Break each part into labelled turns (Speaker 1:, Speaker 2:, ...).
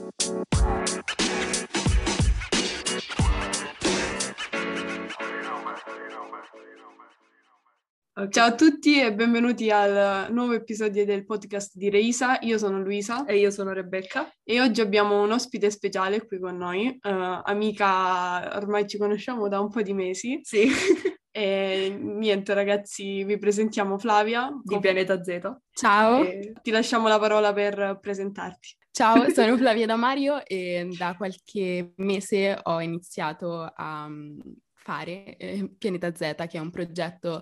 Speaker 1: Okay. Ciao a tutti e benvenuti al nuovo episodio del podcast di Reisa. Io sono Luisa.
Speaker 2: E io sono Rebecca.
Speaker 1: E oggi abbiamo un ospite speciale qui con noi, amica, ormai ci conosciamo da un po' di mesi.
Speaker 2: Sì.
Speaker 1: E niente ragazzi, vi presentiamo Flavia.
Speaker 2: Di Pianeta Z.
Speaker 3: Ciao.
Speaker 1: E ti lasciamo la parola per presentarti.
Speaker 3: Ciao, sono Flavia Damario e da qualche mese ho iniziato a fare Pianeta Z, che è un progetto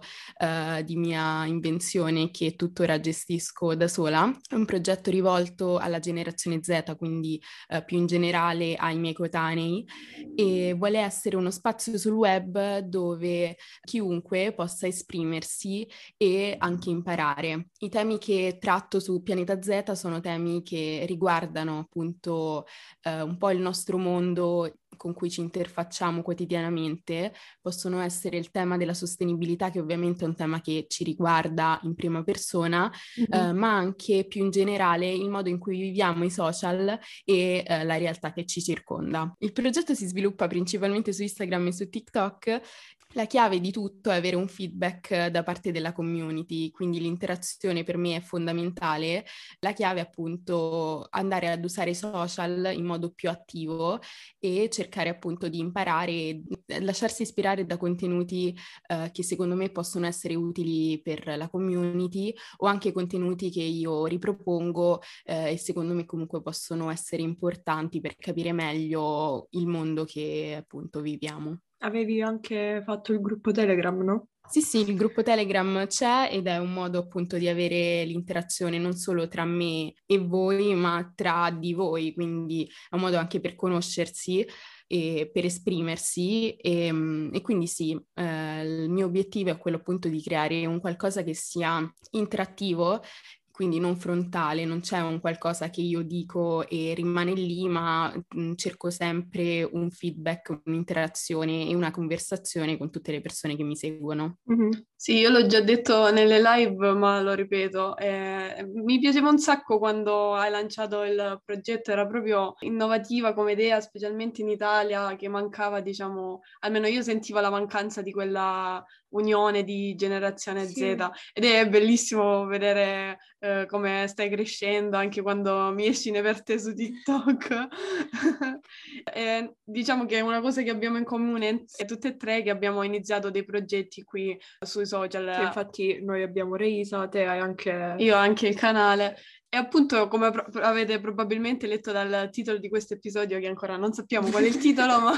Speaker 3: di mia invenzione che tuttora gestisco da sola. È un progetto rivolto alla generazione Z, quindi più in generale ai miei coetanei, e vuole essere uno spazio sul web dove chiunque possa esprimersi e anche imparare. I temi che tratto su Pianeta Z sono temi che riguardano appunto un po' il nostro mondo con cui ci interfacciamo quotidianamente. Possono essere il tema della sostenibilità, che ovviamente è un tema che ci riguarda in prima persona, ma anche più in generale il modo in cui viviamo i social e la realtà che ci circonda. Il progetto si sviluppa principalmente su Instagram e su TikTok. La chiave di tutto è avere un feedback da parte della community, quindi l'interazione per me è fondamentale. La chiave è appunto andare ad usare i social in modo più attivo e cercare appunto di imparare e lasciarsi ispirare da contenuti che secondo me possono essere utili per la community, o anche contenuti che io ripropongo e secondo me comunque possono essere importanti per capire meglio il mondo che appunto viviamo.
Speaker 2: Avevi anche fatto il gruppo Telegram, no?
Speaker 3: Sì, il gruppo Telegram c'è ed è un modo appunto di avere l'interazione non solo tra me e voi, ma tra di voi, quindi è un modo anche per conoscersi e per esprimersi e quindi sì, il mio obiettivo è quello appunto di creare un qualcosa che sia interattivo, quindi non frontale, non c'è un qualcosa che io dico e rimane lì, ma cerco sempre un feedback, un'interazione e una conversazione con tutte le persone che mi seguono.
Speaker 1: Mm-hmm. Sì, io l'ho già detto nelle live, ma lo ripeto. Mi piaceva un sacco quando hai lanciato il progetto, era proprio innovativa come idea, specialmente in Italia, che mancava, diciamo, almeno io sentivo la mancanza di quella unione di generazione Z, ed è bellissimo vedere come stai crescendo anche quando mi esci per te su TikTok. Diciamo che è una cosa che abbiamo in comune è tutte e tre, che abbiamo iniziato dei progetti qui sui social.
Speaker 2: Sì, infatti noi abbiamo Reisa, te hai anche...
Speaker 1: Io ho anche il canale. E appunto, come avete probabilmente letto dal titolo di questo episodio, che ancora non sappiamo qual è il titolo, ma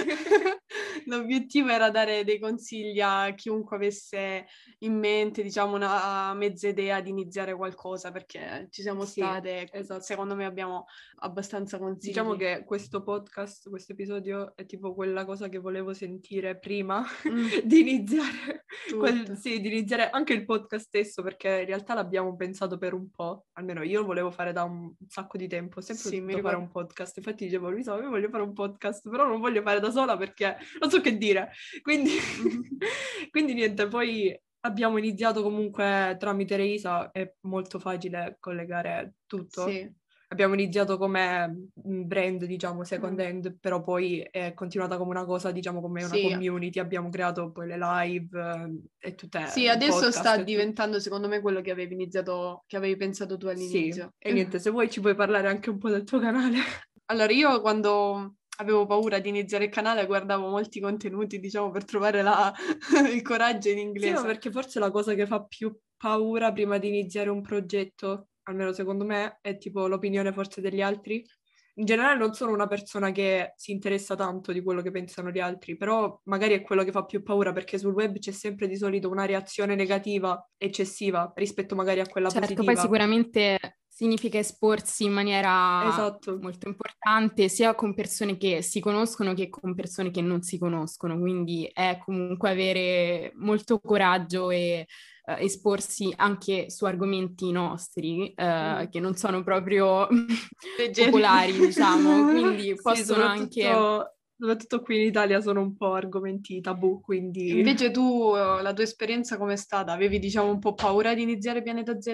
Speaker 1: l'obiettivo era dare dei consigli a chiunque avesse in mente, diciamo, una mezza idea di iniziare qualcosa, perché ci siamo state,
Speaker 2: esatto.
Speaker 1: Secondo me abbiamo abbastanza consigli.
Speaker 2: Diciamo che questo podcast, questo episodio è tipo quella cosa che volevo sentire prima di iniziare. Di iniziare anche il podcast stesso, perché in realtà l'abbiamo pensato per un po', almeno io lo volevo fare da un sacco di tempo, ho sempre voluto fare un podcast, infatti dicevo Luisa, io voglio fare un podcast, però non voglio fare da sola perché non so che dire, quindi niente, poi abbiamo iniziato comunque tramite Reisa, è molto facile collegare tutto.
Speaker 1: Sì.
Speaker 2: Abbiamo iniziato come brand, diciamo, second hand, però poi è continuata come una cosa, diciamo, come una community. Abbiamo creato poi le live e tutte.
Speaker 1: Sì, adesso sta diventando, secondo me, quello che avevi iniziato, che avevi pensato tu all'inizio.
Speaker 2: Sì, e niente, se vuoi ci puoi parlare anche un po' del tuo canale.
Speaker 1: Allora, io quando avevo paura di iniziare il canale guardavo molti contenuti, diciamo, per trovare il coraggio in inglese.
Speaker 2: Sì, ma perché forse la cosa che fa più paura prima di iniziare un progetto, almeno secondo me, è tipo l'opinione forse degli altri. In generale non sono una persona che si interessa tanto di quello che pensano gli altri, però magari è quello che fa più paura, perché sul web c'è sempre di solito una reazione negativa eccessiva rispetto magari a quella positiva.
Speaker 3: Poi sicuramente significa esporsi in maniera molto importante, sia con persone che si conoscono che con persone che non si conoscono, quindi è comunque avere molto coraggio e esporsi anche su argomenti nostri che non sono proprio popolari, diciamo, quindi possono anche...
Speaker 2: Soprattutto qui in Italia sono un po' argomenti tabù, quindi...
Speaker 1: Invece tu, la tua esperienza com'è stata? Avevi, diciamo, un po' paura di iniziare Pianeta Z?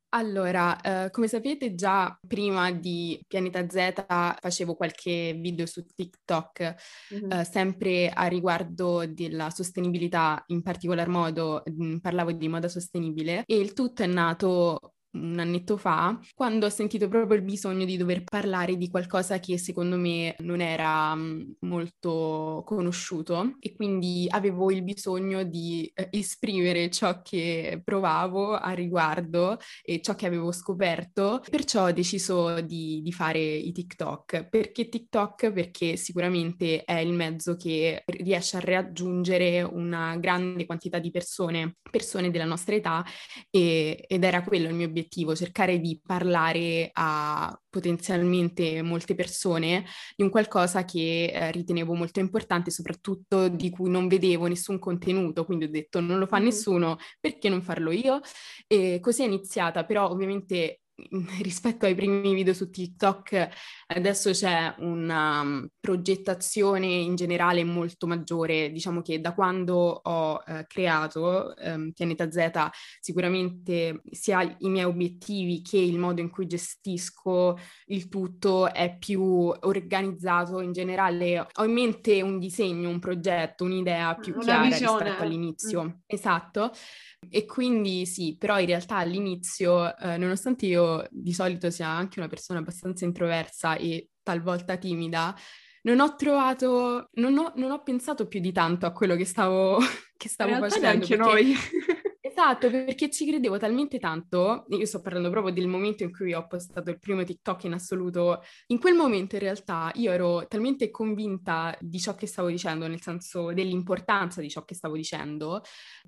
Speaker 3: Allora, come sapete già prima di Pianeta Z facevo qualche video su TikTok, sempre a riguardo della sostenibilità, in particolar modo parlavo di moda sostenibile e il tutto è nato un annetto fa, quando ho sentito proprio il bisogno di dover parlare di qualcosa che secondo me non era molto conosciuto e quindi avevo il bisogno di esprimere ciò che provavo a riguardo e ciò che avevo scoperto, perciò ho deciso di fare i TikTok. Perché TikTok? Perché sicuramente è il mezzo che riesce a raggiungere una grande quantità di persone della nostra età ed era quello il mio obiettivo, cercare di parlare a potenzialmente molte persone di un qualcosa che ritenevo molto importante, soprattutto di cui non vedevo nessun contenuto, quindi ho detto non lo fa nessuno, perché non farlo io? E così è iniziata, però ovviamente rispetto ai primi video su TikTok adesso c'è una progettazione in generale molto maggiore. Diciamo che da quando ho creato Pianeta Z sicuramente sia i miei obiettivi che il modo in cui gestisco il tutto è più organizzato. In generale ho in mente un disegno, un progetto, un'idea più chiara rispetto all'inizio. Esatto. E quindi sì, però in realtà all'inizio, nonostante io di solito sia anche una persona abbastanza introversa e talvolta timida, non ho pensato più di tanto a quello che stavo facendo.
Speaker 2: Neanche noi.
Speaker 3: Esatto, perché ci credevo talmente tanto, io sto parlando proprio del momento in cui ho postato il primo TikTok in assoluto, in quel momento in realtà io ero talmente convinta di ciò che stavo dicendo, nel senso dell'importanza di ciò che stavo dicendo,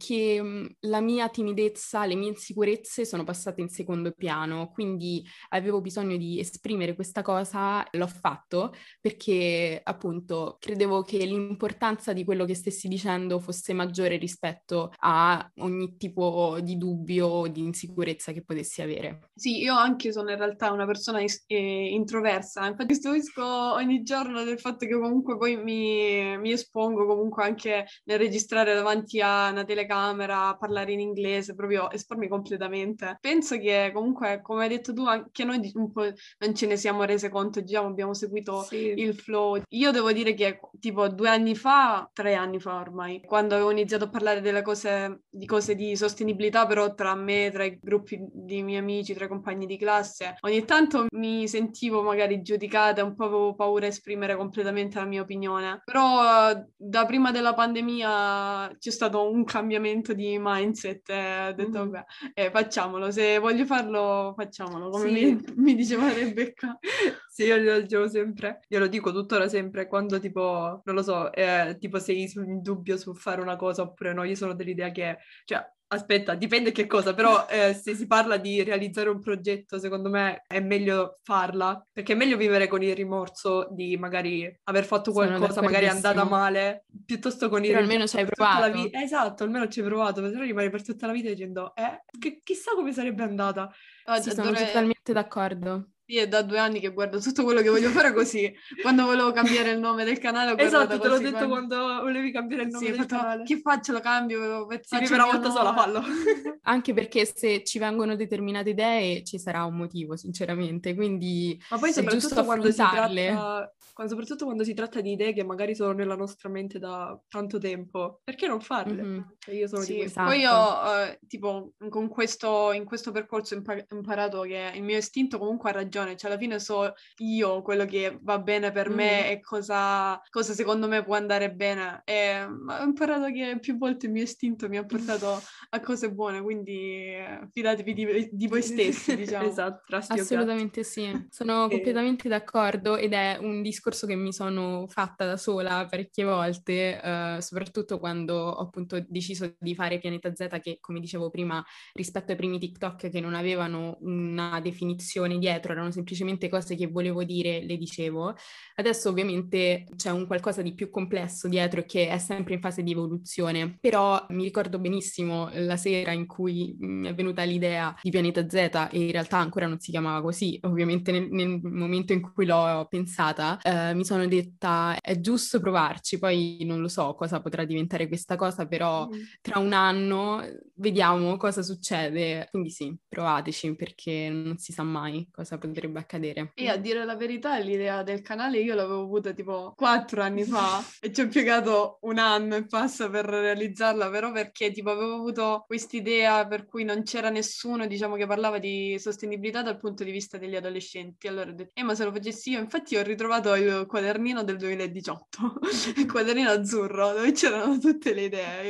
Speaker 3: che la mia timidezza, le mie insicurezze sono passate in secondo piano, quindi avevo bisogno di esprimere questa cosa, l'ho fatto perché appunto credevo che l'importanza di quello che stessi dicendo fosse maggiore rispetto a ogni tipo di dubbio o di insicurezza che potessi avere.
Speaker 1: Sì, io anche sono in realtà una persona introversa, infatti stupisco ogni giorno del fatto che comunque poi mi espongo comunque anche nel registrare davanti a una telecamera, a parlare in inglese, proprio espormi completamente. Penso che comunque, come hai detto tu, anche noi un po' non ce ne siamo rese conto, già abbiamo seguito il flow. Io devo dire che tipo 3 anni fa ormai, quando avevo iniziato a parlare di cose di sostenibilità, però tra me, tra i gruppi di miei amici, tra i compagni di classe, ogni tanto mi sentivo magari giudicata, un po' avevo paura di esprimere completamente la mia opinione. Però da prima della pandemia c'è stato un cambiamento di mindset e ho detto vabbè, facciamolo, se voglio farlo facciamolo, come mi diceva Rebecca.
Speaker 2: Sì, io glielo dicevo sempre, glielo dico tuttora sempre, quando tipo, non lo so, tipo sei in dubbio su fare una cosa oppure no, io sono dell'idea che, cioè, aspetta, dipende che cosa, però se si parla di realizzare un progetto, secondo me è meglio farla, perché è meglio vivere con il rimorso di magari aver fatto qualcosa, magari è andata male, piuttosto con il
Speaker 3: rimorso. Però almeno ci hai provato.
Speaker 2: Esatto, almeno ci hai provato, perché rimani per tutta la vita dicendo, chissà come sarebbe andata.
Speaker 3: Sì, sono totalmente d'accordo.
Speaker 1: Sì, è da 2 anni che guardo tutto quello che voglio fare così. Quando volevo cambiare il nome del canale ho guardato
Speaker 2: te l'ho detto quando volevi cambiare il nome del canale.
Speaker 1: Che faccio? Lo cambio?
Speaker 2: Sì, per una volta sola, fallo.
Speaker 3: Anche perché se ci vengono determinate idee ci sarà un motivo, sinceramente, quindi
Speaker 2: ma poi
Speaker 3: è giusto affrontarle.
Speaker 2: Soprattutto quando si tratta di idee che magari sono nella nostra mente da tanto tempo, perché non farle?
Speaker 3: Mm-hmm.
Speaker 2: Io sono di questo.
Speaker 1: Poi io tipo in questo percorso ho imparato che il mio istinto comunque ha ragione, cioè alla fine so io quello che va bene per me e cosa secondo me può andare bene, e ho imparato che più volte il mio istinto mi ha portato a cose buone, quindi fidatevi di voi stessi, diciamo.
Speaker 2: Esatto,
Speaker 3: assolutamente sì, sono completamente d'accordo ed è un discorso che mi sono fatta da sola parecchie volte, soprattutto quando ho appunto deciso di fare Pianeta Z, che come dicevo prima rispetto ai primi TikTok che non avevano una definizione dietro, erano semplicemente cose che volevo dire, le dicevo. Adesso ovviamente c'è un qualcosa di più complesso dietro e che è sempre in fase di evoluzione, però mi ricordo benissimo la sera in cui mi è venuta l'idea di Pianeta Z, e in realtà ancora non si chiamava così, ovviamente nel momento in cui l'ho pensata, mi sono detta è giusto provarci, poi non lo so cosa potrà diventare questa cosa, però tra un anno vediamo cosa succede, quindi sì, provateci perché non si sa mai cosa potrebbe accadere.
Speaker 1: E a dire la verità, l'idea del canale io l'avevo avuta tipo 4 anni fa e ci ho impiegato un anno e passa per realizzarla, però perché tipo avevo avuto quest'idea per cui non c'era nessuno, diciamo, che parlava di sostenibilità dal punto di vista degli adolescenti. Allora ho detto, ma se lo facessi io, infatti ho ritrovato il quadernino del 2018, il quadernino azzurro, dove c'erano tutte le idee.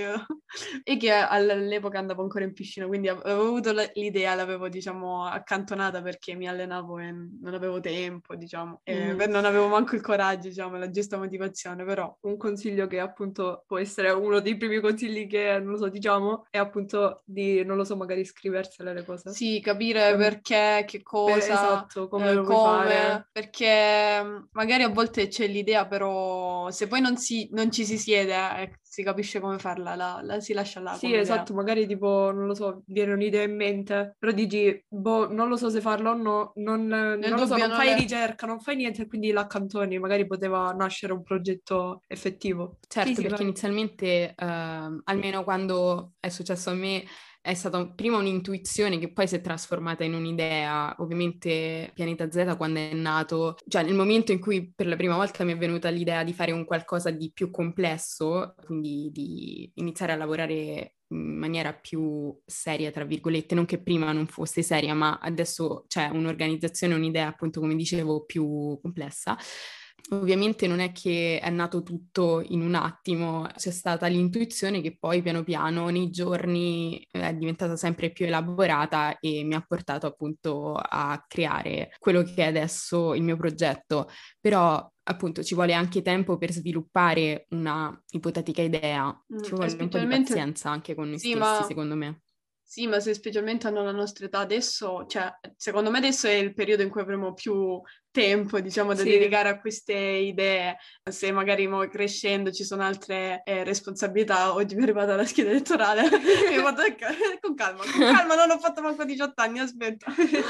Speaker 1: E che all'epoca andavo ancora in piscina, quindi avevo avuto l'idea, l'avevo, diciamo, accantonata perché mi allenavo e non avevo tempo, diciamo, e non avevo manco il coraggio, diciamo, la giusta motivazione, però.
Speaker 2: Un consiglio che appunto può essere uno dei primi consigli che, non lo so, diciamo, è appunto di, non lo so, magari scriversele le cose.
Speaker 1: Sì, capire perché, che cosa,
Speaker 2: esatto, come lo vuoi fare.
Speaker 1: Perché magari a volte c'è l'idea, però se poi non ci si siede, si capisce come farla, la si lascia là.
Speaker 2: Sì, esatto, magari tipo, non lo so, viene un'idea in mente, però dici, boh, non lo so se farlo o no, non lo so, non fai ricerca, non fai niente, quindi l'accantoni, magari poteva nascere un progetto effettivo.
Speaker 3: Certo,
Speaker 2: sì,
Speaker 3: perché inizialmente, almeno quando è successo a me, è stata prima un'intuizione che poi si è trasformata in un'idea. Ovviamente Pianeta Z quando è nato, cioè nel momento in cui per la prima volta mi è venuta l'idea di fare un qualcosa di più complesso, quindi di iniziare a lavorare in maniera più seria, tra virgolette, non che prima non fosse seria, ma adesso c'è un'organizzazione, un'idea appunto, come dicevo, più complessa. Ovviamente non è che è nato tutto in un attimo, c'è stata l'intuizione che poi piano piano nei giorni è diventata sempre più elaborata e mi ha portato appunto a creare quello che è adesso il mio progetto. Però appunto ci vuole anche tempo per sviluppare una ipotetica idea, ci vuole un po' di pazienza anche con noi stessi, secondo me.
Speaker 1: Sì, ma se specialmente hanno la nostra età adesso, cioè, secondo me adesso è il periodo in cui avremo più tempo, diciamo, da dedicare a queste idee. Se magari crescendo ci sono altre responsabilità, oggi mi è arrivata la scheda elettorale, mi ho fatto con calma, non ho fatto manco 18 anni, aspetta.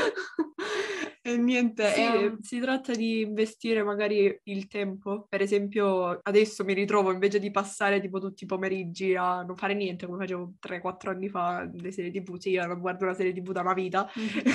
Speaker 1: E niente.
Speaker 2: Sì, si tratta di investire magari il tempo. Per esempio, adesso mi ritrovo invece di passare tipo tutti i pomeriggi a non fare niente, come facevo 3-4 anni fa, le serie TV. Sì, io non guardo una serie TV da una vita,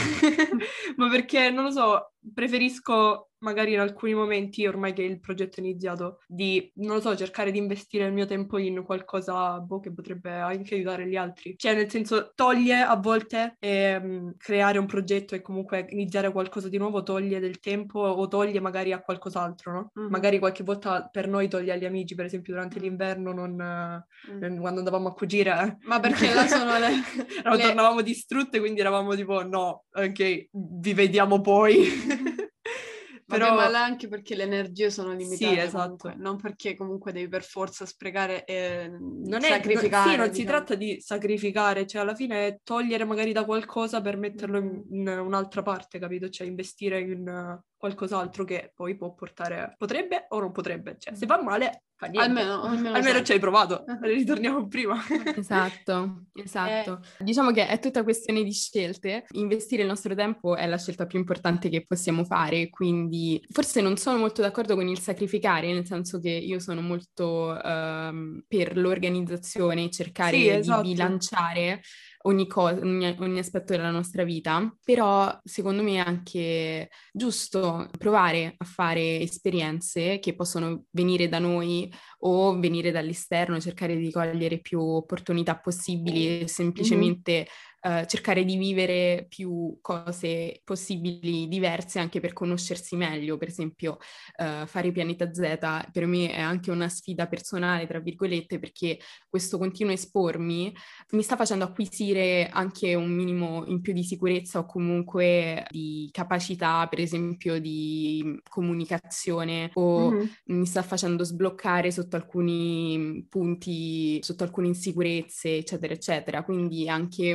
Speaker 2: ma perché, non lo so, preferisco magari in alcuni momenti, ormai che il progetto è iniziato, di, non lo so, cercare di investire il mio tempo in qualcosa che potrebbe anche aiutare gli altri. Cioè, nel senso, toglie a volte creare un progetto e comunque iniziare qualcosa di nuovo, toglie del tempo o toglie magari a qualcos'altro, no? Magari qualche volta per noi toglie agli amici, per esempio durante l'inverno, quando andavamo a cucire.
Speaker 1: Ma perché là sono
Speaker 2: tornavamo distrutte, quindi eravamo tipo, no, ok, vi vediamo poi.
Speaker 1: Però... ma là anche perché le energie sono limitate,
Speaker 2: sì, esatto.
Speaker 1: Comunque, non perché comunque devi per forza sprecare e sacrificare.
Speaker 2: Non si tratta di sacrificare, cioè alla fine è togliere magari da qualcosa per metterlo in un'altra parte, capito? Cioè investire in qualcos'altro che poi può portare, potrebbe o non potrebbe, cioè se va male fa niente. Almeno ci hai provato, ritorniamo prima.
Speaker 3: Esatto. Diciamo che è tutta questione di scelte. Investire il nostro tempo è la scelta più importante che possiamo fare, quindi forse non sono molto d'accordo con il sacrificare, nel senso che io sono molto per l'organizzazione, cercare di bilanciare ogni aspetto della nostra vita, però secondo me è anche giusto provare a fare esperienze che possono venire da noi o venire dall'esterno, cercare di cogliere più opportunità possibili e semplicemente cercare di vivere più cose possibili diverse anche per conoscersi meglio. Per esempio fare Pianeta Z per me è anche una sfida personale, tra virgolette, perché questo continuo espormi mi sta facendo acquisire anche un minimo in più di sicurezza o comunque di capacità, per esempio di comunicazione, o mi sta facendo sbloccare sotto alcuni punti, sotto alcune insicurezze, eccetera, eccetera. Quindi anche un po'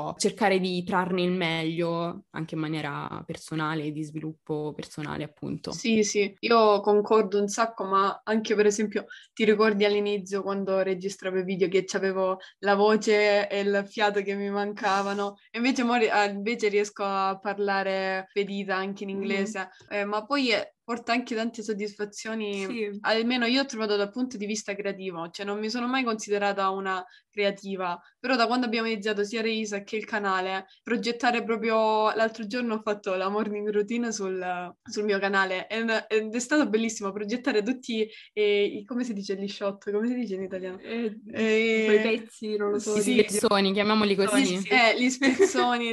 Speaker 3: po' cercare di trarne il meglio anche in maniera personale, di sviluppo personale, appunto.
Speaker 1: Sì, sì, io concordo un sacco, ma anche per esempio ti ricordi all'inizio quando registravo i video che avevo la voce e il fiato che mi mancavano, e invece, invece riesco a parlare spedita anche in inglese, ma poi porta anche tante soddisfazioni,
Speaker 2: Sì.
Speaker 1: almeno io ho trovato dal punto di vista creativo, cioè non mi sono mai considerata una creativa, però da quando abbiamo iniziato sia Reisa che il canale, progettare proprio, l'altro giorno ho fatto la morning routine sul mio canale ed è stato bellissimo progettare tutti, come si dice gli shot, come si dice in italiano?
Speaker 2: Quei pezzi, non lo so,
Speaker 3: Gli spezzoni, chiamiamoli così.
Speaker 1: Gli spezzoni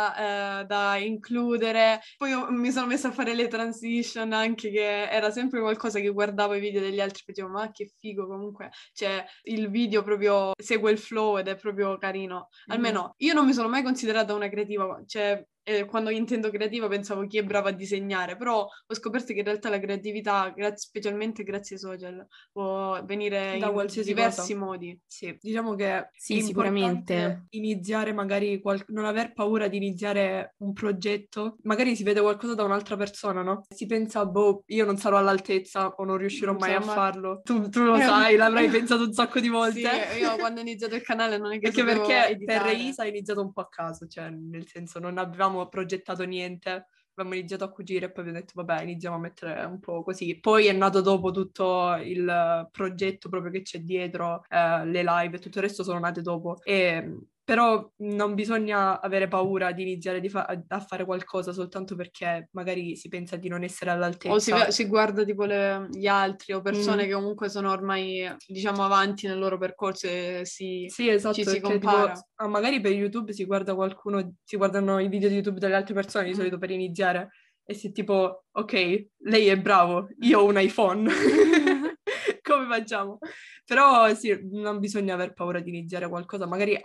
Speaker 1: da includere. Poi mi sono messa a fare le transition anche, che era sempre qualcosa che guardavo i video degli altri e facevo, ma che figo comunque, cioè il video proprio segue il flow ed è proprio carino. Almeno io non mi sono mai considerata una creativa, cioè quando intendo creativa pensavo chi è bravo a disegnare, però ho scoperto che in realtà la creatività, specialmente grazie ai social, può venire
Speaker 2: da
Speaker 1: in
Speaker 2: qualsiasi
Speaker 1: diversi
Speaker 2: cosa.
Speaker 1: modi.
Speaker 2: Sì, diciamo che
Speaker 3: Sì,
Speaker 2: è
Speaker 3: sicuramente.
Speaker 2: importante iniziare magari, non aver paura di iniziare un progetto. Magari si vede qualcosa da un'altra persona, no? Si pensa, boh, io non sarò all'altezza o non riuscirò
Speaker 1: Non
Speaker 2: mai a
Speaker 1: sarò mai-
Speaker 2: farlo. Tu lo sai, l'avrai pensato un sacco di volte.
Speaker 1: Sì, io quando ho iniziato il canale non è che
Speaker 2: Anche
Speaker 1: sapevo
Speaker 2: perché per
Speaker 1: editare.
Speaker 2: Reisa è iniziato un po' a caso, cioè nel senso non avevamo progettato niente, abbiamo iniziato a cucire e poi abbiamo detto vabbè iniziamo a mettere un po' così. Poi è nato dopo tutto il progetto proprio che c'è dietro, le live e tutto il resto sono nate dopo. Però non bisogna avere paura di iniziare a fare qualcosa soltanto perché magari si pensa di non essere
Speaker 1: O
Speaker 2: all'altezza.
Speaker 1: si guarda tipo gli altri o persone
Speaker 2: Mm.
Speaker 1: che comunque sono ormai, diciamo, avanti nel loro percorso e
Speaker 2: Sì,
Speaker 1: ci
Speaker 2: esatto,
Speaker 1: si
Speaker 2: perché tipo,
Speaker 1: compara.
Speaker 2: magari per YouTube si guarda qualcuno, si guardano i video di YouTube delle altre persone di solito per iniziare e si tipo, ok, lei è bravo, io ho un iPhone, come facciamo? Però sì, non bisogna aver paura di iniziare qualcosa, magari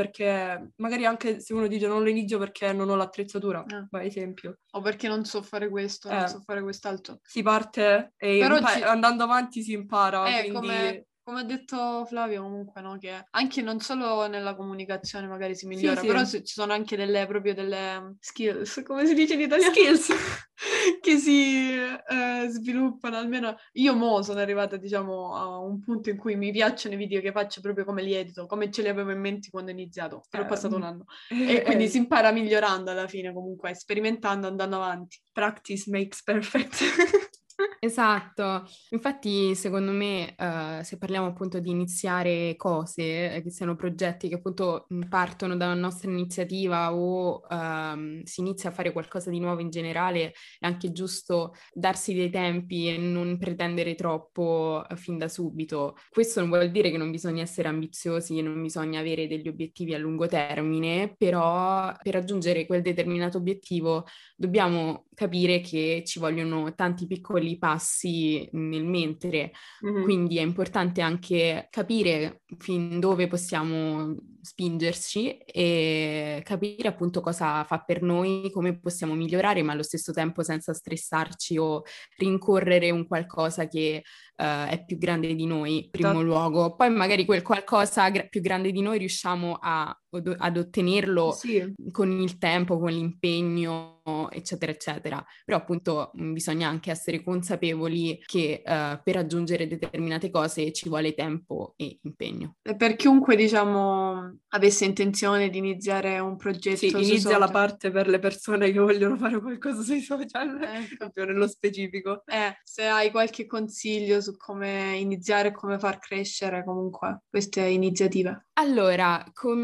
Speaker 2: anche se uno dice non lo inizio perché non ho l'attrezzatura, per esempio.
Speaker 1: O perché non so fare questo, non so fare quest'altro.
Speaker 2: Si parte e
Speaker 1: Però
Speaker 2: andando avanti si impara, quindi...
Speaker 1: come ha detto Flavio comunque, no? Che anche non solo nella comunicazione magari si migliora,
Speaker 2: Sì.
Speaker 1: però ci sono anche proprio delle skills, come si dice in italiano?
Speaker 2: Skills!
Speaker 1: che si sviluppano, almeno io sono arrivata, diciamo, a un punto in cui mi piacciono i video che faccio proprio come li edito, come ce li avevo in mente quando ho iniziato, però è passato un anno. E quindi si impara migliorando alla fine comunque, sperimentando, andando avanti.
Speaker 2: Practice makes perfect.
Speaker 3: Esatto, infatti secondo me se parliamo appunto di iniziare cose, che siano progetti che appunto partono da una nostra iniziativa o si inizia a fare qualcosa di nuovo in generale, è anche giusto darsi dei tempi e non pretendere troppo fin da subito. Questo non vuol dire che non bisogna essere ambiziosi e non bisogna avere degli obiettivi a lungo termine, però per raggiungere quel determinato obiettivo dobbiamo capire che ci vogliono tanti piccoli passi nel mentre, quindi è importante anche capire fin dove possiamo spingerci e capire appunto cosa fa per noi, come possiamo migliorare, ma allo stesso tempo senza stressarci o rincorrere un qualcosa che è più grande di noi, primo luogo. Poi magari quel qualcosa più grande di noi riusciamo ad ottenerlo con il tempo, con l'impegno, eccetera, eccetera. Però appunto bisogna anche essere consapevoli che per raggiungere determinate cose ci vuole tempo e impegno.
Speaker 1: E per chiunque, diciamo, avesse intenzione di iniziare un progetto
Speaker 2: sui social. Inizia la parte per le persone che vogliono fare qualcosa sui social, proprio nello specifico.
Speaker 1: Se hai qualche consiglio su come iniziare e come far crescere comunque queste iniziative.
Speaker 3: Allora,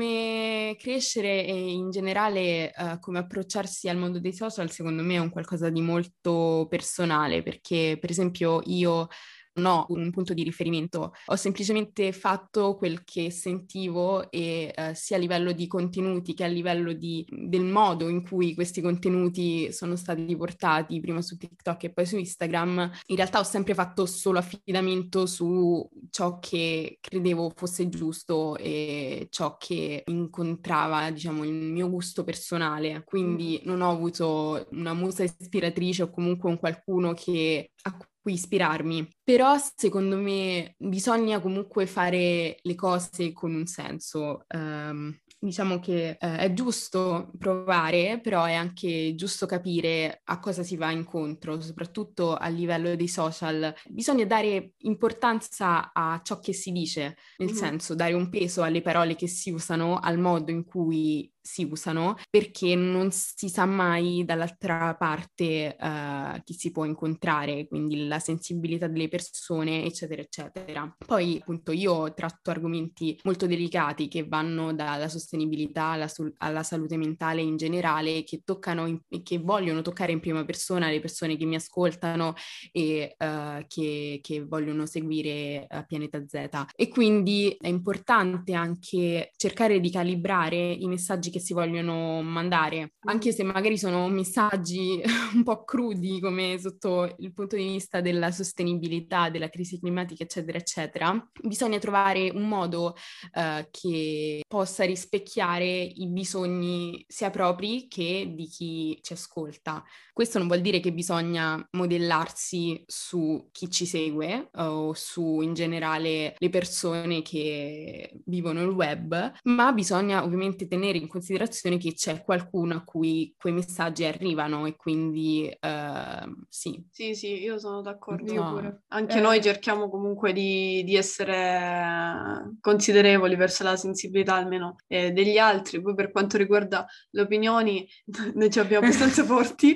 Speaker 3: come crescere e in generale come approcciarsi al mondo dei social, secondo me è un qualcosa di molto personale, perché per esempio io non ho un punto di riferimento, ho semplicemente fatto quel che sentivo e sia a livello di contenuti che a livello del modo in cui questi contenuti sono stati portati prima su TikTok e poi su Instagram, in realtà ho sempre fatto solo affidamento su ciò che credevo fosse giusto e ciò che incontrava, diciamo, il mio gusto personale, quindi non ho avuto una musa ispiratrice o comunque un qualcuno a cui ispirarmi. Però secondo me bisogna comunque fare le cose con un senso. diciamo che è giusto provare, però è anche giusto capire a cosa si va incontro, soprattutto a livello dei social. Bisogna dare importanza a ciò che si dice, nel senso dare un peso alle parole che si usano, al modo in cui si usano, perché non si sa mai dall'altra parte chi si può incontrare, quindi la sensibilità delle persone, eccetera, eccetera. Poi, appunto, io tratto argomenti molto delicati che vanno dalla sostenibilità alla salute mentale in generale, che toccano che vogliono toccare in prima persona le persone che mi ascoltano e che vogliono seguire Pianeta Z. E quindi è importante anche cercare di calibrare i messaggi che si vogliono mandare, anche se magari sono messaggi un po' crudi, come sotto il punto di vista della sostenibilità, della crisi climatica, eccetera, eccetera. Bisogna trovare un modo che possa rispecchiare i bisogni sia propri che di chi ci ascolta. Questo non vuol dire che bisogna modellarsi su chi ci segue o su in generale le persone che vivono il web, ma bisogna ovviamente tenere in considerazione che c'è qualcuno a cui quei messaggi arrivano e quindi sì.
Speaker 1: Sì, io sono d'accordo.
Speaker 2: Io pure.
Speaker 1: Anche noi cerchiamo comunque di essere considerevoli verso la sensibilità almeno degli altri. Poi per quanto riguarda le opinioni, noi ci abbiamo abbastanza forti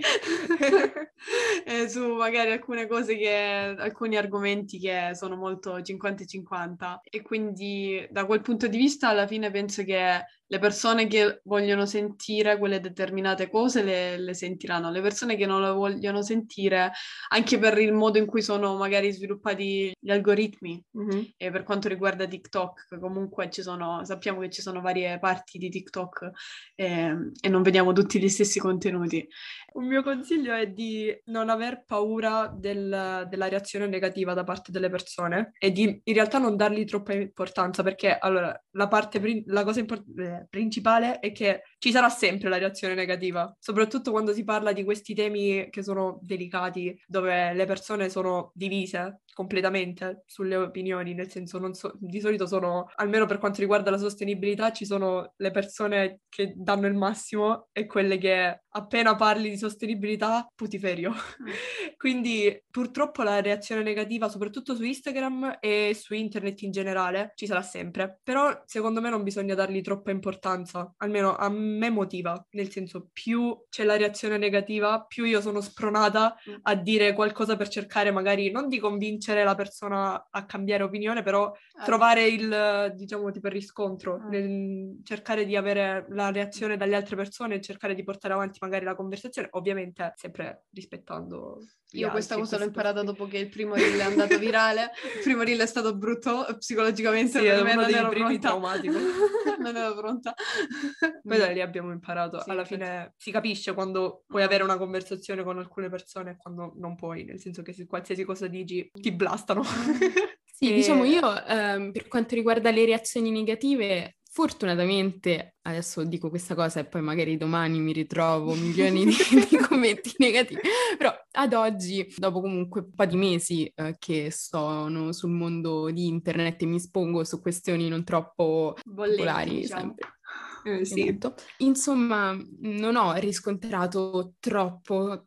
Speaker 1: su magari alcune cose alcuni argomenti che sono molto 50-50 e quindi da quel punto di vista alla fine penso che le persone che vogliono sentire quelle determinate cose le sentiranno, le persone che non le vogliono sentire, anche per il modo in cui sono magari sviluppati gli algoritmi. E per quanto riguarda TikTok, comunque sappiamo che ci sono varie parti di TikTok e non vediamo tutti gli stessi contenuti.
Speaker 2: Un mio consiglio è di non aver paura della reazione negativa da parte delle persone e di in realtà non dargli troppa importanza, perché allora la cosa principale è che ci sarà sempre la reazione negativa, soprattutto quando si parla di questi temi che sono delicati, dove le persone sono divise completamente sulle opinioni, nel senso di solito sono, almeno per quanto riguarda la sostenibilità, ci sono le persone che danno il massimo e quelle che appena parli di sostenibilità, putiferio. Quindi purtroppo la reazione negativa, soprattutto su Instagram e su internet in generale, ci sarà sempre. Però secondo me non bisogna dargli troppa importanza, almeno a me motiva, nel senso più c'è la reazione negativa, più io sono spronata a dire qualcosa per cercare magari non di convincere la persona a cambiare opinione, però trovare il, diciamo, tipo il riscontro, nel cercare di avere la reazione dalle altre persone e cercare di portare avanti magari la conversazione, ovviamente sempre rispettando
Speaker 1: io questa cosa l'ho imparata dopo che il primo reel è andato virale. Il primo reel è stato brutto psicologicamente,
Speaker 2: sì,
Speaker 1: per me
Speaker 2: uno
Speaker 1: non
Speaker 2: dei
Speaker 1: ero
Speaker 2: primi
Speaker 1: pronta.
Speaker 2: traumatico.
Speaker 1: Non ero pronta.
Speaker 2: Poi da lì abbiamo imparato.
Speaker 1: Sì,
Speaker 2: alla fine si capisce quando puoi avere una conversazione con alcune persone e quando non puoi, nel senso che se qualsiasi cosa dici ti blastano.
Speaker 3: Sì, diciamo io per quanto riguarda le reazioni negative, fortunatamente, adesso dico questa cosa e poi magari domani mi ritrovo milioni di commenti negativi, però ad oggi, dopo comunque un po' di mesi che sono sul mondo di internet e mi espongo su questioni non troppo popolari,
Speaker 1: diciamo.
Speaker 3: sempre.
Speaker 2: Sì.
Speaker 3: Esatto. Insomma, non ho riscontrato troppo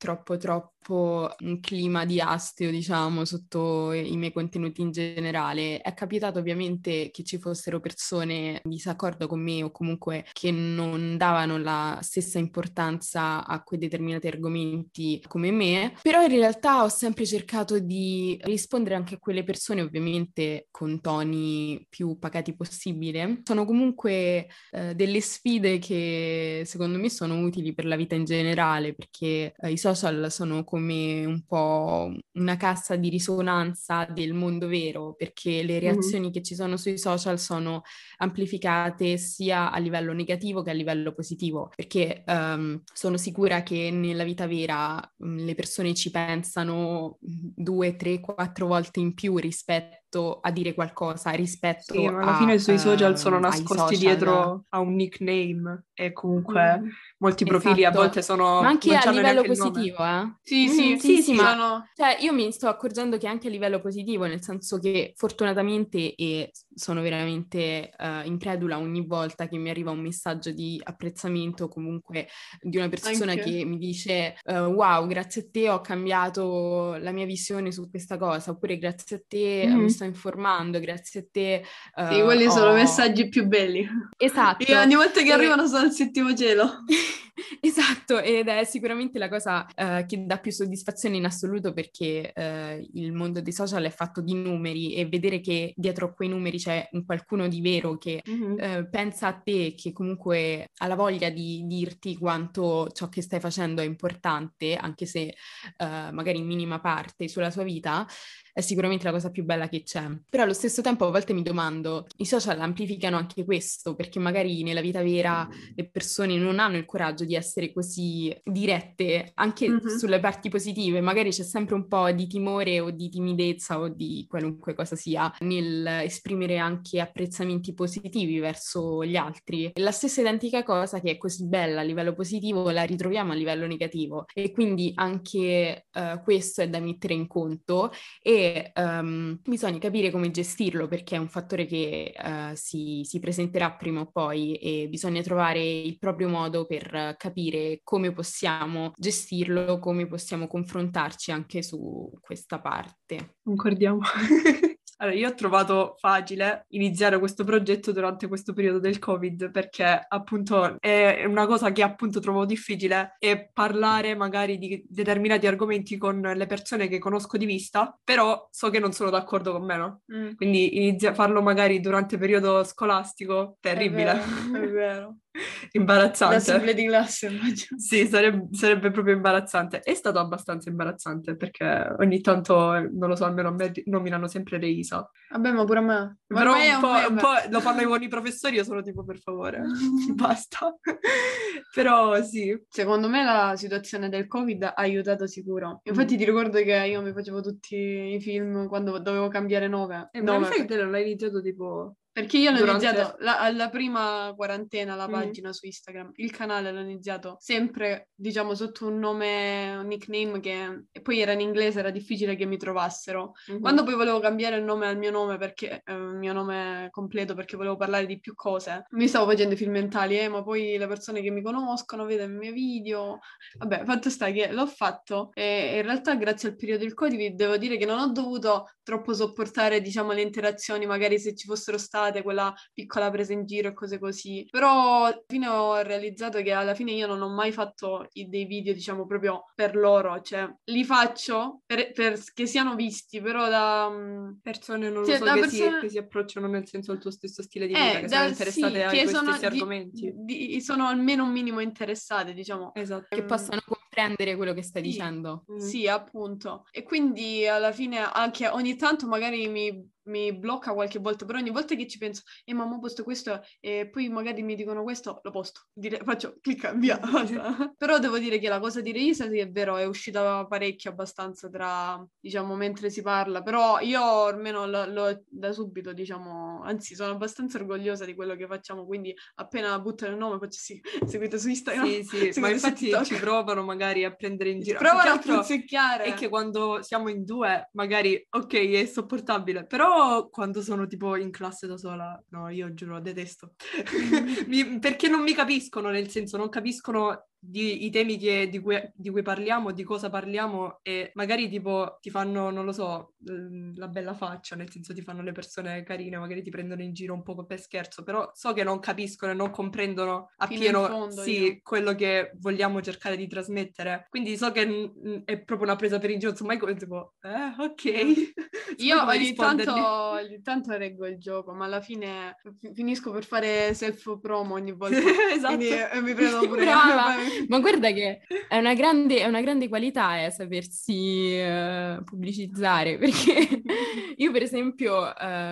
Speaker 3: un clima di astio, diciamo, sotto i miei contenuti in generale. È capitato ovviamente che ci fossero persone in disaccordo con me o comunque che non davano la stessa importanza a quei determinati argomenti come me, però in realtà ho sempre cercato di rispondere anche a quelle persone, ovviamente con toni più pacati possibile. Sono comunque delle sfide che secondo me sono utili per la vita in generale, perché i social sono come un po' una cassa di risonanza del mondo vero, perché le reazioni che ci sono sui social sono amplificate sia a livello negativo che a livello positivo, perché sono sicura che nella vita vera le persone ci pensano 2, 3, 4 volte in più rispetto a dire qualcosa, rispetto
Speaker 2: sì, ma alla fine sui social sono nascosti
Speaker 3: social.
Speaker 2: Dietro a un nickname e comunque molti profili a volte sono...
Speaker 3: Ma anche
Speaker 2: non
Speaker 3: a livello
Speaker 2: il
Speaker 3: positivo,
Speaker 1: Sì,
Speaker 3: ma cioè, io mi sto accorgendo che anche a livello positivo, nel senso che fortunatamente e sono veramente incredula ogni volta che mi arriva un messaggio di apprezzamento o comunque di una persona
Speaker 1: Anche.
Speaker 3: che mi dice wow, grazie a te ho cambiato la mia visione su questa cosa, oppure grazie a te mi sto informando, grazie a te
Speaker 1: Sì, quelli sono i
Speaker 3: ho...
Speaker 1: messaggi più belli. E
Speaker 3: Esatto.
Speaker 1: ogni volta che arrivano sono al settimo cielo.
Speaker 3: Esatto, ed è sicuramente la cosa che dà più soddisfazione in assoluto, perché il mondo dei social è fatto di numeri, e vedere che dietro a quei numeri c'è un qualcuno di vero che pensa a te, che comunque ha la voglia di dirti quanto ciò che stai facendo è importante, anche se magari in minima parte sulla sua vita, è sicuramente la cosa più bella che c'è. Però allo stesso tempo a volte mi domando, i social amplificano anche questo, perché magari nella vita vera le persone non hanno il coraggio di essere così dirette, anche sulle parti positive. Magari c'è sempre un po' di timore o di timidezza o di qualunque cosa sia nel esprimere anche apprezzamenti positivi verso gli altri. E la stessa identica cosa che è così bella a livello positivo la ritroviamo a livello negativo, e quindi anche questo è da mettere in conto, e bisogna capire come gestirlo, perché è un fattore che si presenterà prima o poi, e bisogna trovare il proprio modo per capire come possiamo gestirlo, come possiamo confrontarci anche su questa parte.
Speaker 2: Concordiamo. Allora, io ho trovato facile iniziare questo progetto durante questo periodo del Covid, perché appunto è una cosa che appunto trovo difficile, è parlare magari di determinati argomenti con le persone che conosco di vista, però so che non sono d'accordo con me, no? Quindi farlo magari durante il periodo scolastico, terribile.
Speaker 1: È vero.
Speaker 2: Imbarazzante.
Speaker 1: Da simile di classe, immagino.
Speaker 2: Sì, sarebbe proprio imbarazzante. È stato abbastanza imbarazzante, perché ogni tanto, non lo so, almeno a me nominano sempre Reisa.
Speaker 1: Vabbè, ma pure a me.
Speaker 2: Però
Speaker 1: Ormai è
Speaker 2: un po' lo fanno i buoni professori, io sono tipo, per favore, basta. Però sì.
Speaker 1: Secondo me la situazione del Covid ha aiutato sicuro. Infatti ti ricordo che io mi facevo tutti i film quando dovevo cambiare nome.
Speaker 2: Ma mi sa che te non l'hai iniziato tipo...
Speaker 1: Perché io l'ho iniziato alla prima quarantena, la pagina su Instagram. Il canale l'ho iniziato sempre, diciamo, sotto un nome, un nickname che... E poi era in inglese, era difficile che mi trovassero. Quando poi volevo cambiare il nome al mio nome, perché il mio nome completo, perché volevo parlare di più cose, mi stavo facendo i film mentali, ma poi le persone che mi conoscono vedono i miei video. Vabbè, fatto sta che l'ho fatto, e in realtà grazie al periodo del Covid devo dire che non ho dovuto troppo sopportare, diciamo, le interazioni, magari se ci fossero state quella piccola presa in giro e cose così. Però alla fine ho realizzato che alla fine io non ho mai fatto dei video, diciamo, proprio per loro, cioè li faccio che siano visti, però da
Speaker 2: persone, non lo so, che si approcciano nel senso al tuo stesso stile di vita, che sono interessate ai tuoi stessi argomenti.
Speaker 1: Sono almeno un minimo interessate, diciamo.
Speaker 2: Esatto.
Speaker 3: Che possano comprendere quello che stai dicendo.
Speaker 1: Sì, appunto. E quindi alla fine anche ogni tanto magari mi blocca qualche volta, però ogni volta che ci penso, mamma, posto questo, e poi magari mi dicono questo, lo posto, faccio clicca, via. Però devo dire che la cosa di Reisa, sì, è vero, è uscita parecchio, abbastanza tra, diciamo, mentre si parla, però io almeno da subito, diciamo, anzi sono abbastanza orgogliosa di quello che facciamo, quindi appena buttano il nome faccio sì, seguite su Instagram.
Speaker 2: Sì, ma infatti ci provano magari a prendere in giro.
Speaker 1: Provano a punzecchiare.
Speaker 2: È che quando siamo in due, magari, ok, è sopportabile, però quando sono tipo in classe da sola, no, io giuro, detesto. Perché non mi capiscono, nel senso, non capiscono i temi di cui parliamo, di cosa parliamo, e magari tipo ti fanno, non lo so, la bella faccia, nel senso ti fanno le persone carine, magari ti prendono in giro un po' per scherzo, però so che non capiscono e non comprendono appieno quello che vogliamo cercare di trasmettere, quindi so che è proprio una presa per in giro, insomma, come tipo, ok.
Speaker 1: Io ogni tanto reggo il gioco, ma alla fine finisco per fare self-promo ogni volta.
Speaker 2: Esatto.
Speaker 1: Quindi mi prendo pure.
Speaker 3: Ma guarda che è una grande qualità sapersi pubblicizzare, perché io per esempio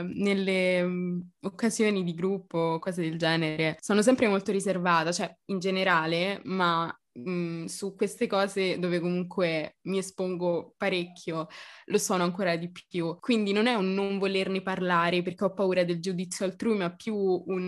Speaker 3: nelle occasioni di gruppo, cose del genere, sono sempre molto riservata, cioè in generale, ma su queste cose dove comunque mi espongo parecchio, lo sono ancora di più. Quindi non è un non volerne parlare perché ho paura del giudizio altrui, ma più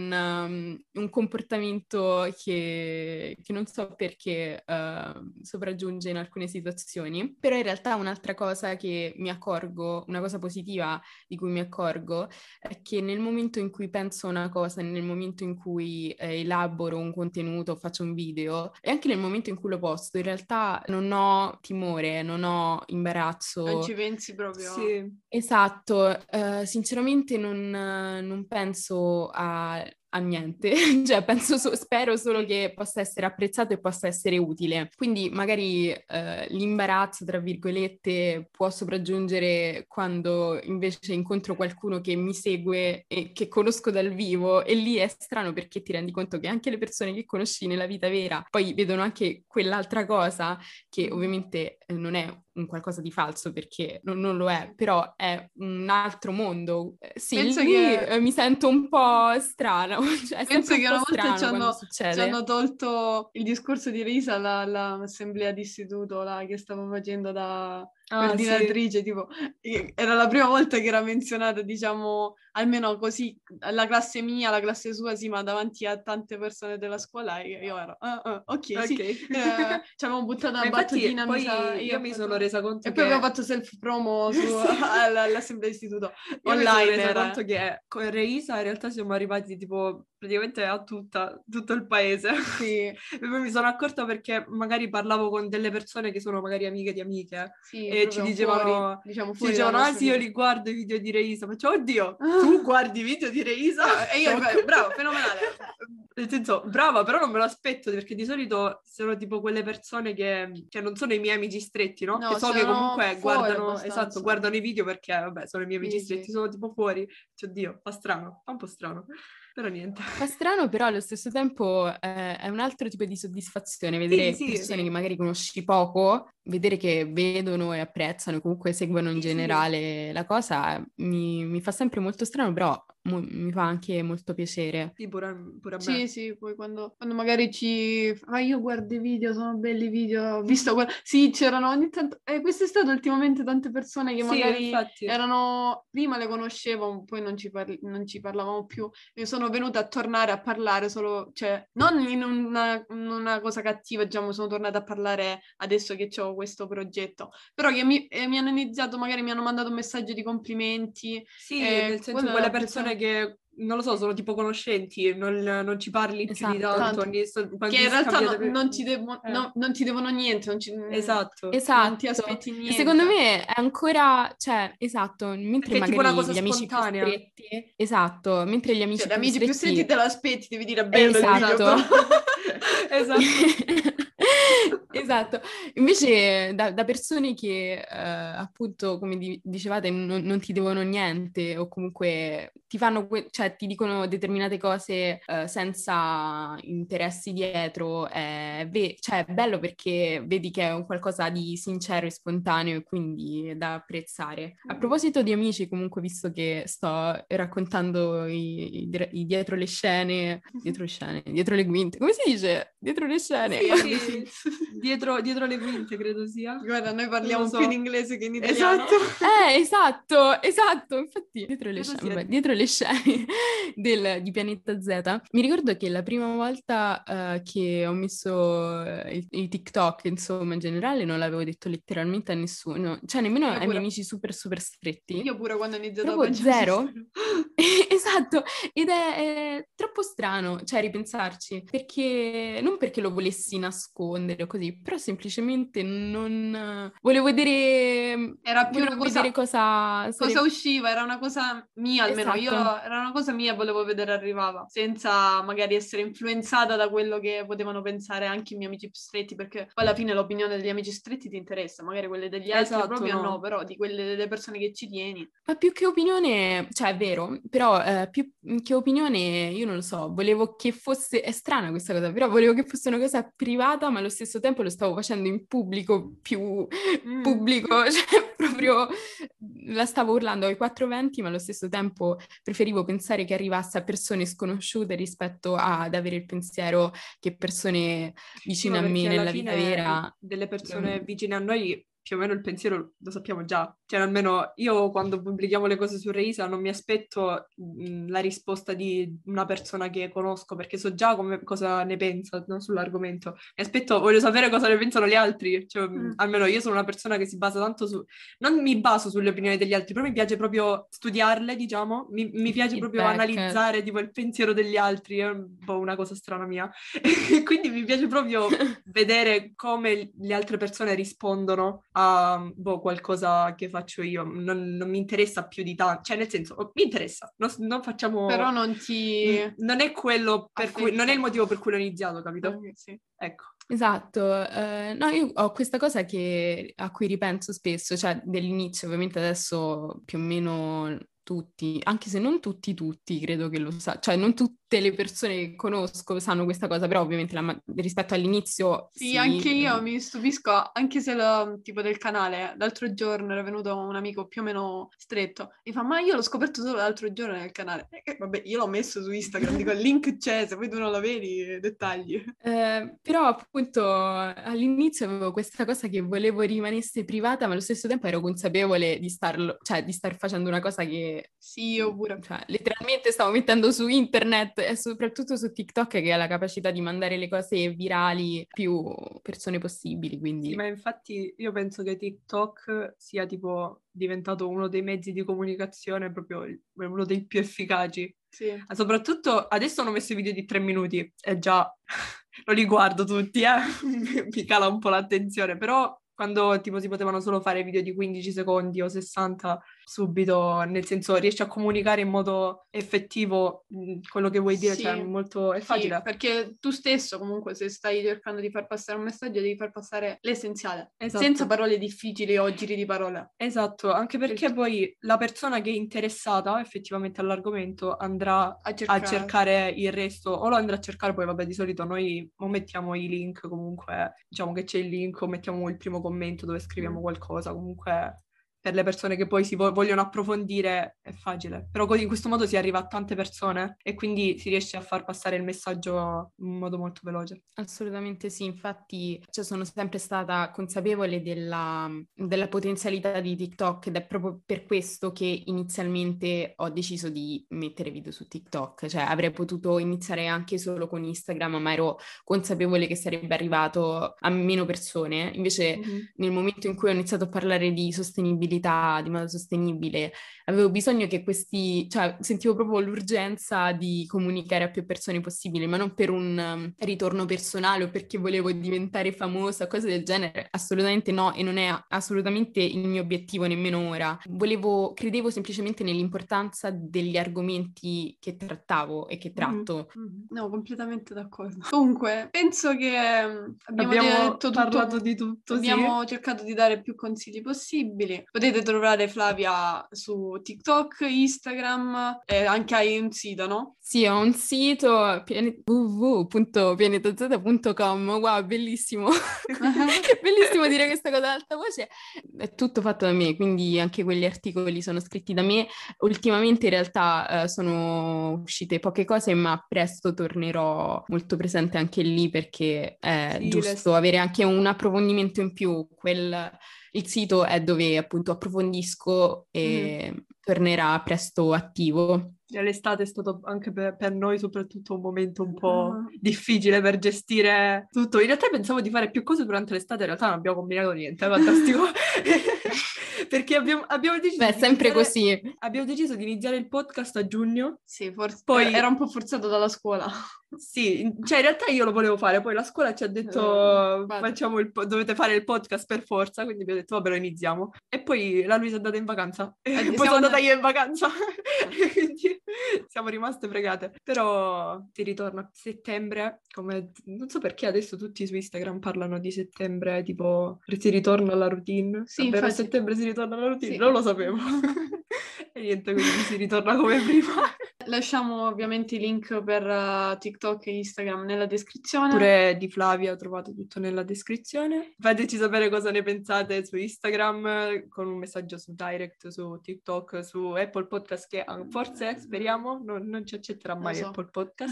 Speaker 3: un comportamento che non so perché sopraggiunge in alcune situazioni. Però in realtà un'altra cosa che mi accorgo, una cosa positiva di cui mi accorgo, è che nel momento in cui penso a una cosa, nel momento in cui elaboro un contenuto, faccio un video, e anche nel momento in cui lo posto, in realtà non ho timore, non ho imbarazzo.
Speaker 1: Non ci pensi proprio?
Speaker 2: Sì.
Speaker 3: Esatto, sinceramente non penso a niente, cioè spero solo che possa essere apprezzato e possa essere utile. Quindi magari l'imbarazzo, tra virgolette, può sopraggiungere quando invece incontro qualcuno che mi segue e che conosco dal vivo, e lì è strano perché ti rendi conto che anche le persone che conosci nella vita vera poi vedono anche quell'altra cosa, che ovviamente non è un qualcosa di falso perché non lo è, però è un altro mondo. Sì,
Speaker 1: Penso
Speaker 3: lì
Speaker 1: che...
Speaker 3: mi sento un po' strana. Cioè, è
Speaker 1: Penso
Speaker 3: sempre
Speaker 1: che
Speaker 3: un
Speaker 1: una
Speaker 3: po'
Speaker 1: volta
Speaker 3: strano quando succede.
Speaker 1: ci hanno tolto il discorso di Elisa all'assemblea d'istituto che stavo facendo da coordinatrice,
Speaker 2: Sì.
Speaker 1: Tipo, era la prima volta che era menzionata, diciamo, almeno così, la classe mia, la classe sua, sì, ma davanti a tante persone della scuola, e io ero, ok, sì, ci avevamo buttato una battutina,
Speaker 2: poi
Speaker 1: mi sa,
Speaker 2: io mi sono resa conto
Speaker 1: e
Speaker 2: che...
Speaker 1: poi abbiamo fatto self-promo all'assemblea d'istituto,
Speaker 2: Io
Speaker 1: online
Speaker 2: mi sono resa
Speaker 1: era.
Speaker 2: conto che con Reisa in realtà siamo arrivati tipo praticamente a tutto il paese.
Speaker 1: Sì.
Speaker 2: E poi mi sono accorta perché magari parlavo con delle persone che sono magari amiche di amiche,
Speaker 1: Sì,
Speaker 2: e ci dicevano,
Speaker 1: fuori dalla
Speaker 2: sì, io li guardo i video di Reisa. Faccio, oddio, tu guardi i video di Reisa?
Speaker 1: E io dico, bravo, fenomenale.
Speaker 2: Nel senso, brava, però non me lo aspetto, perché di solito sono tipo quelle persone che non sono i miei amici stretti, no?
Speaker 1: No,
Speaker 2: Che so che
Speaker 1: sono
Speaker 2: comunque
Speaker 1: fuori
Speaker 2: guardano,
Speaker 1: abbastanza.
Speaker 2: esatto, guardano i video perché, vabbè, sono i miei amici
Speaker 1: Sì,
Speaker 2: stretti,
Speaker 1: sì.
Speaker 2: sono tipo fuori. Cioè, oddio, fa strano, fa un po' strano, però niente.
Speaker 3: Fa strano, però allo stesso tempo è un altro tipo di soddisfazione vedere persone che magari conosci poco, vedere che vedono e apprezzano e comunque seguono in generale la cosa, mi fa sempre molto strano, però mi fa anche molto piacere.
Speaker 2: Sì, pure a me.
Speaker 1: Sì, sì, poi quando magari io guardo i video, sono belli i video, ho visto sì, c'erano ogni tanto, quest'estate ultimamente tante persone che magari
Speaker 2: infatti.
Speaker 1: erano, prima le conoscevo, poi non ci parlavamo più, e sono venuta a tornare a parlare solo, cioè, non in una cosa cattiva, diciamo, sono tornata a parlare adesso che ho questo progetto, però che mi hanno iniziato, magari mi hanno mandato un messaggio di complimenti.
Speaker 2: Sì, nel senso quelle persone che, non lo so, sono tipo conoscenti, non ci parli più di tanto.
Speaker 1: Che in realtà non ti devono niente,
Speaker 2: Esatto.
Speaker 1: Non ti aspetti niente.
Speaker 3: E secondo me è ancora, cioè, esatto, mentre
Speaker 2: perché
Speaker 3: magari
Speaker 2: è tipo una cosa
Speaker 3: gli amici
Speaker 2: spontanea.
Speaker 3: più stretti, esatto, mentre gli amici
Speaker 1: Cioè, gli amici più stretti te lo aspetti, devi dire bello il video, però.
Speaker 2: Esatto.
Speaker 3: Esatto, invece da persone che appunto, come dicevate, non ti devono niente, o comunque ti fanno, cioè ti dicono determinate cose senza interessi dietro, cioè è bello perché vedi che è un qualcosa di sincero e spontaneo e quindi è da apprezzare. A proposito di amici, comunque, visto che sto raccontando i dietro le scene, dietro le quinte, come si dice? Dietro le scene.
Speaker 2: Sì. Dietro le quinte, credo sia.
Speaker 1: Guarda, noi parliamo più in inglese che in italiano.
Speaker 3: Esatto, infatti dietro le scene di Pianeta Z. Mi ricordo che la prima volta che ho messo i TikTok, insomma, in generale, non l'avevo detto letteralmente a nessuno, cioè nemmeno ai miei amici super super stretti.
Speaker 1: Io pure quando ho iniziato
Speaker 3: proprio
Speaker 1: a facere
Speaker 3: zero. Esatto, ed è troppo strano, cioè, ripensarci, perché non perché lo volessi nascondere o così, però semplicemente non volevo vedere,
Speaker 1: era più una cosa,
Speaker 3: cosa
Speaker 1: usciva, era una cosa mia, almeno
Speaker 3: esatto.
Speaker 1: era una cosa mia, volevo vedere arrivava, senza magari essere influenzata da quello che potevano pensare anche i miei amici più stretti, perché poi alla fine l'opinione degli amici stretti ti interessa, magari quelle degli altri proprio no, però di quelle delle persone che ci tieni.
Speaker 3: Ma più che opinione, cioè è vero, però più che opinione io non lo so, volevo che fosse, è strana questa cosa, però volevo che fosse una cosa privata ma allo stesso tempo lo stavo facendo in pubblico, più pubblico, cioè proprio la stavo urlando ai 420, ma allo stesso tempo preferivo pensare che arrivasse a persone sconosciute rispetto ad avere il pensiero che persone vicine a me nella vita vera...
Speaker 2: delle persone vicine a noi più o meno il pensiero lo sappiamo già. Cioè, almeno io quando pubblichiamo le cose su Reisa non mi aspetto la risposta di una persona che conosco, perché so già cosa ne pensa, no, sull'argomento. Mi aspetto, voglio sapere cosa ne pensano gli altri. Cioè, almeno io sono una persona che si basa tanto su... Non mi baso sulle opinioni degli altri, però mi piace proprio studiarle, diciamo. Mi piace proprio analizzare tipo il pensiero degli altri. È un po' una cosa strana mia. Quindi mi piace proprio vedere come le altre persone rispondono a qualcosa che faccio io. Non mi interessa più di tanto, cioè nel senso mi interessa, non facciamo,
Speaker 1: però non
Speaker 2: è quello per cui, non è il motivo per cui l'ho iniziato, capito?
Speaker 1: Sì.
Speaker 2: Ecco.
Speaker 3: Esatto, no, io ho questa cosa a cui ripenso spesso, cioè dell'inizio, ovviamente adesso più o meno tutti, anche se non tutti, credo che lo sa, cioè non tutte le persone che conosco sanno questa cosa, però ovviamente rispetto all'inizio
Speaker 1: sì, anche io mi stupisco, anche se tipo del canale, l'altro giorno era venuto un amico più o meno stretto, mi fa, ma io l'ho scoperto solo l'altro giorno nel canale, vabbè, io l'ho messo su Instagram, dico il link c'è, se poi tu non lo vedi, dettagli.
Speaker 3: Però appunto all'inizio avevo questa cosa che volevo rimanesse privata, ma allo stesso tempo ero consapevole di star facendo una cosa che
Speaker 1: sì, io pure.
Speaker 3: Cioè, letteralmente stavo mettendo su internet e soprattutto su TikTok, che ha la capacità di mandare le cose virali a più persone possibili, quindi...
Speaker 2: Sì, ma infatti io penso che TikTok sia tipo diventato uno dei mezzi di comunicazione, proprio uno dei più efficaci.
Speaker 1: Sì.
Speaker 2: Soprattutto adesso hanno messo i video di 3 minuti e già non li guardo tutti, mi cala un po' l'attenzione, però quando tipo si potevano solo fare video di 15 secondi o 60 subito, nel senso riesci a comunicare in modo effettivo quello che vuoi dire,
Speaker 1: sì,
Speaker 2: cioè è facile.
Speaker 1: Sì, perché tu stesso comunque se stai cercando di far passare un messaggio devi far passare l'essenziale,
Speaker 2: esatto.
Speaker 1: Senza parole difficili o giri di parole.
Speaker 2: Esatto, anche perché poi la persona che è interessata effettivamente all'argomento andrà a cercare il resto, o lo andrà a cercare poi, vabbè, di solito noi mettiamo i link comunque, diciamo che c'è il link o mettiamo il primo commento dove scriviamo qualcosa, comunque per le persone che poi si vogliono approfondire è facile, però così in questo modo si arriva a tante persone e quindi si riesce a far passare il messaggio in modo molto veloce.
Speaker 3: Assolutamente sì, infatti sono sempre stata consapevole della potenzialità di TikTok ed è proprio per questo che inizialmente ho deciso di mettere video su TikTok, cioè avrei potuto iniziare anche solo con Instagram, ma ero consapevole che sarebbe arrivato a meno persone, invece nel momento in cui ho iniziato a parlare di sostenibilità, di modo sostenibile, avevo bisogno che sentivo proprio l'urgenza di comunicare a più persone possibile, ma non per un ritorno personale o perché volevo diventare famosa, cose del genere, assolutamente no, e non è assolutamente il mio obiettivo nemmeno ora. Credevo semplicemente nell'importanza degli argomenti che trattavo e che tratto.
Speaker 1: No, completamente d'accordo. Comunque, penso che abbiamo
Speaker 2: parlato di tutto,
Speaker 1: abbiamo cercato di dare più consigli possibili. Potete trovare Flavia su TikTok, Instagram, anche hai un sito, no?
Speaker 3: Sì, ho un sito www.pianetaz.com. Wow, bellissimo. Bellissimo dire questa cosa ad alta voce. È tutto fatto da me, quindi anche quegli articoli sono scritti da me. Ultimamente in realtà sono uscite poche cose, ma presto tornerò molto presente anche lì perché è giusto avere anche un approfondimento in più. Il sito è dove appunto approfondisco e tornerà presto attivo.
Speaker 2: L'estate è stato anche per noi soprattutto un momento un po' difficile per gestire tutto. In realtà pensavo di fare più cose durante l'estate, in realtà non abbiamo combinato niente, è fantastico. Perché abbiamo deciso
Speaker 3: così.
Speaker 2: Abbiamo deciso di iniziare il podcast a giugno.
Speaker 1: Sì, forse poi era un po' forzato dalla scuola.
Speaker 2: Sì, cioè in realtà io lo volevo fare, poi la scuola ci ha detto dovete fare il podcast per forza, quindi abbiamo detto vabbè lo iniziamo. E poi la Luisa è andata in vacanza, e poi sono andata io in vacanza, quindi siamo rimaste fregate. Però si ritorna a settembre, non so perché adesso tutti su Instagram parlano di settembre, tipo si ritorna alla routine.
Speaker 1: Sì,
Speaker 2: davvero
Speaker 1: infatti.
Speaker 2: A settembre si ritorna alla routine,
Speaker 1: sì.
Speaker 2: Non lo sapevo. E niente, quindi si ritorna come prima.
Speaker 1: lasciamo ovviamente i link per TikTok e Instagram nella descrizione.
Speaker 2: Pure di Flavia trovate tutto nella descrizione. Fateci sapere cosa ne pensate su Instagram con un messaggio su Direct, su TikTok, su Apple Podcast, che forse, speriamo, non ci accetterà mai Apple Podcast.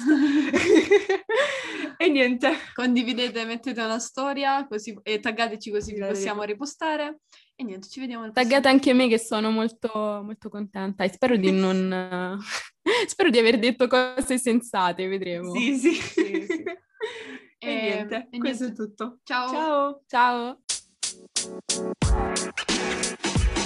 Speaker 2: E niente.
Speaker 1: Condividete, mettete una storia così, e taggateci così vi possiamo ripostare. E niente, ci vediamo al prossimo.
Speaker 3: Taggate anche me che sono molto, molto contenta e spero di non... spero di aver detto cose sensate, vedremo.
Speaker 2: Sì. E niente, questo è tutto.
Speaker 1: Ciao.
Speaker 3: Ciao.